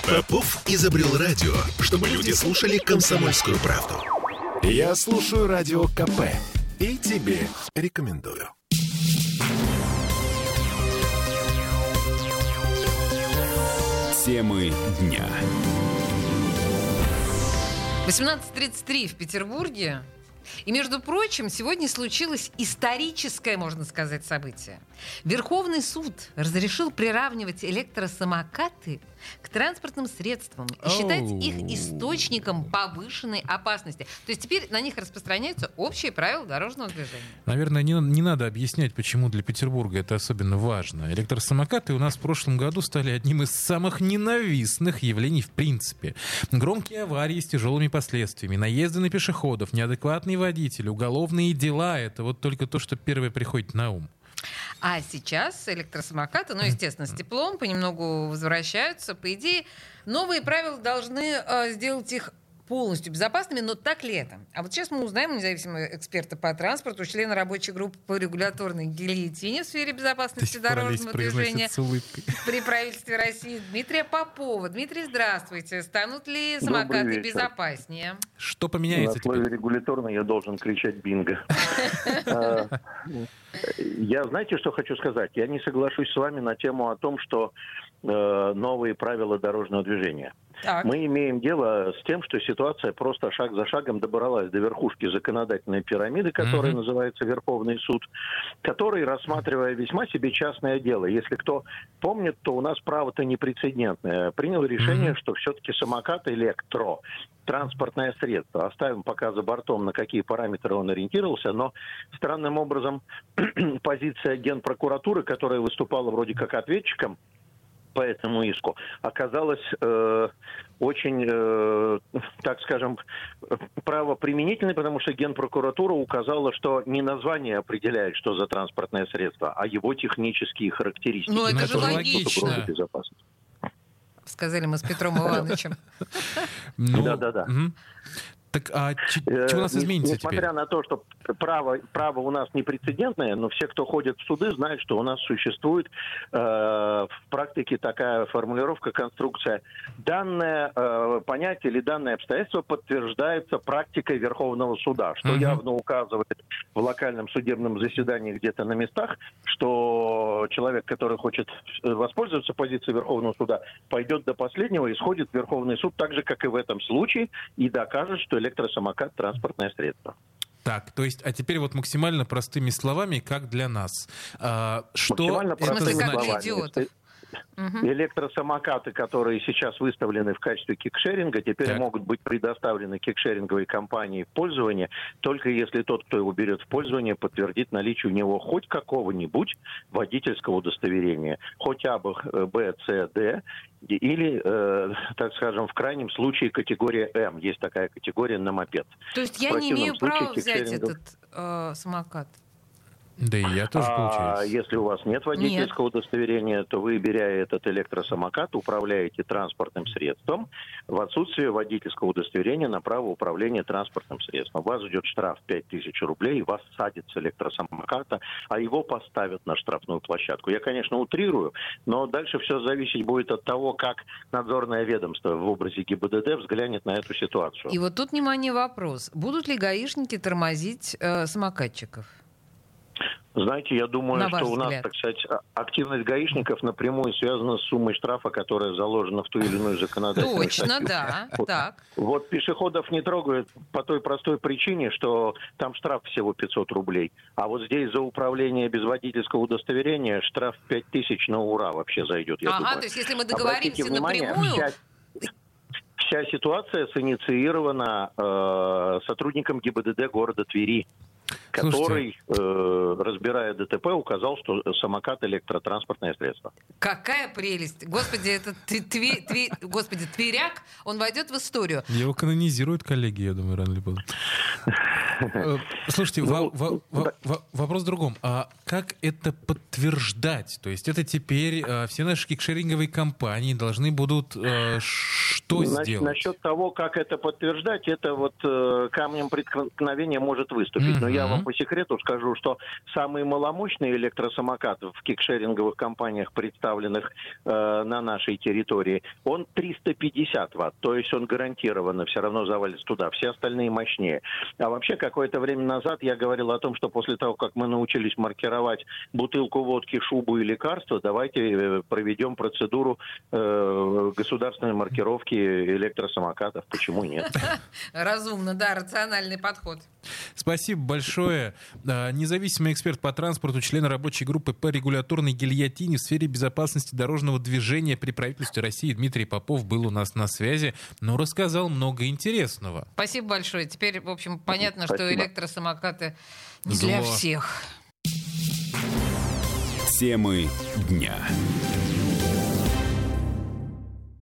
Попов изобрел радио, чтобы люди слушали комсомольскую правду. Я слушаю Радио КП и тебе рекомендую. Темы дня. 18:33 в Петербурге. И, между прочим, сегодня случилось историческое, можно сказать, событие. Верховный суд разрешил приравнивать электросамокаты к транспортным средствам и считать их источником повышенной опасности. То есть теперь на них распространяются общие правила дорожного движения. Наверное, не надо объяснять, почему для Петербурга это особенно важно. Электросамокаты у нас в прошлом году стали одним из самых ненавистных явлений в принципе. Громкие аварии с тяжелыми последствиями, наезды на пешеходов, неадекватные водители, уголовные дела — это вот только то, что первое приходит на ум. А сейчас электросамокаты, естественно, с теплом понемногу возвращаются. По идее, новые правила должны сделать их полностью безопасными, но так ли это? А вот сейчас мы узнаем у независимого эксперта по транспорту, члена рабочей группы по регуляторной гильотине в сфере безопасности дорожного движения при правительстве России Дмитрия Попова. Дмитрий, здравствуйте. Станут ли самокаты безопаснее? Что поменяется теперь? На слове регуляторный я должен кричать бинго. Я, знаете, что хочу сказать? Я не соглашусь с вами на тему о том, что новые правила дорожного движения. Так. Мы имеем дело с тем, что ситуация просто шаг за шагом добралась до верхушки законодательной пирамиды, которая называется Верховный суд, который, рассматривая весьма себе частное дело, если кто помнит, то у нас право-то непрецедентное, принял решение, что все-таки самокат транспортное средство. Оставим пока за бортом, на какие параметры он ориентировался, но странным образом позиция Генпрокуратуры, которая выступала вроде как ответчиком по этому иску, оказалась очень, так скажем, правоприменительной, потому что Генпрокуратура указала, что не название определяет, что за транспортное средство, а его технические характеристики. Ну, это же логично. Сказали мы с Петром Ивановичем. Да. Так а что у нас изменится теперь? Несмотря на то, что право у нас непрецедентное, но все, кто ходит в суды, знают, что у нас существует в практике такая формулировка, конструкция. Данное понятие или данное обстоятельство подтверждается практикой Верховного суда, что явно указывает в локальном судебном заседании где-то на местах, что человек, который хочет воспользоваться позицией Верховного суда, пойдет до последнего и сходит в Верховный суд так же, как и в этом случае, и докажет, что электросамокат — транспортное средство. Так, то есть, а теперь вот максимально простыми словами, как для нас. Что это значит? Электросамокаты, которые сейчас выставлены в качестве кикшеринга, теперь могут быть предоставлены кикшеринговой компании в пользование, только если тот, кто его берет в пользование, подтвердит наличие у него хоть какого-нибудь водительского удостоверения, хоть А, Б, С, Д, или, так скажем, в крайнем случае категория М. Есть такая категория на мопед. То есть я не имею права взять этот самокат? Да и я тоже, получается. Если у вас нет водительского удостоверения, то вы, беря этот электросамокат, управляете транспортным средством. В отсутствие водительского удостоверения на право управления транспортным средством. У вас идет штраф 5000 рублей, вас садят с электросамоката, а его поставят на штрафную площадку. Я, конечно, утрирую, но дальше все зависеть будет от того, как надзорное ведомство в образе ГИБДД взглянет на эту ситуацию. И вот тут, внимание, вопрос. Будут ли гаишники тормозить самокатчиков? Знаете, я думаю, что у нас, так сказать, активность гаишников напрямую связана с суммой штрафа, которая заложена в ту или иную законодательную статью. Точно, да. Так. Вот пешеходов не трогают по той простой причине, что там штраф всего 500 рублей. А вот здесь за управление без водительского удостоверения штраф 5000 на ура вообще зайдет. То есть если мы договоримся напрямую... Вся ситуация синициирована сотрудником ГИБДД города Твери, который, разбирая ДТП, указал, что самокат — электротранспортное средство. Какая прелесть! Господи, этот тверяк, он войдет в историю. Его канонизируют коллеги, я думаю, рано или поздно. Слушайте, вопрос в другом. А как это подтверждать? То есть это теперь все наши кикшеринговые компании должны будут что сделать? Насчет того, как это подтверждать, это вот камнем преткновения может выступить. Но я вам по секрету скажу, что самый маломощный электросамокат в кикшеринговых компаниях, представленных на нашей территории, он 350 ватт. То есть он гарантированно все равно завалится туда. Все остальные мощнее. А вообще, какое-то время назад я говорил о том, что после того, как мы научились маркировать бутылку водки, шубу и лекарства, давайте проведем процедуру государственной маркировки электросамокатов. Почему нет? Разумно, да, рациональный подход. Спасибо большое. Независимый эксперт по транспорту, член рабочей группы по регуляторной гильотине в сфере безопасности дорожного движения при правительстве России Дмитрий Попов был у нас на связи, но рассказал много интересного. Спасибо большое. Теперь, в общем, понятно, что электросамокаты не для всех. Темы дня.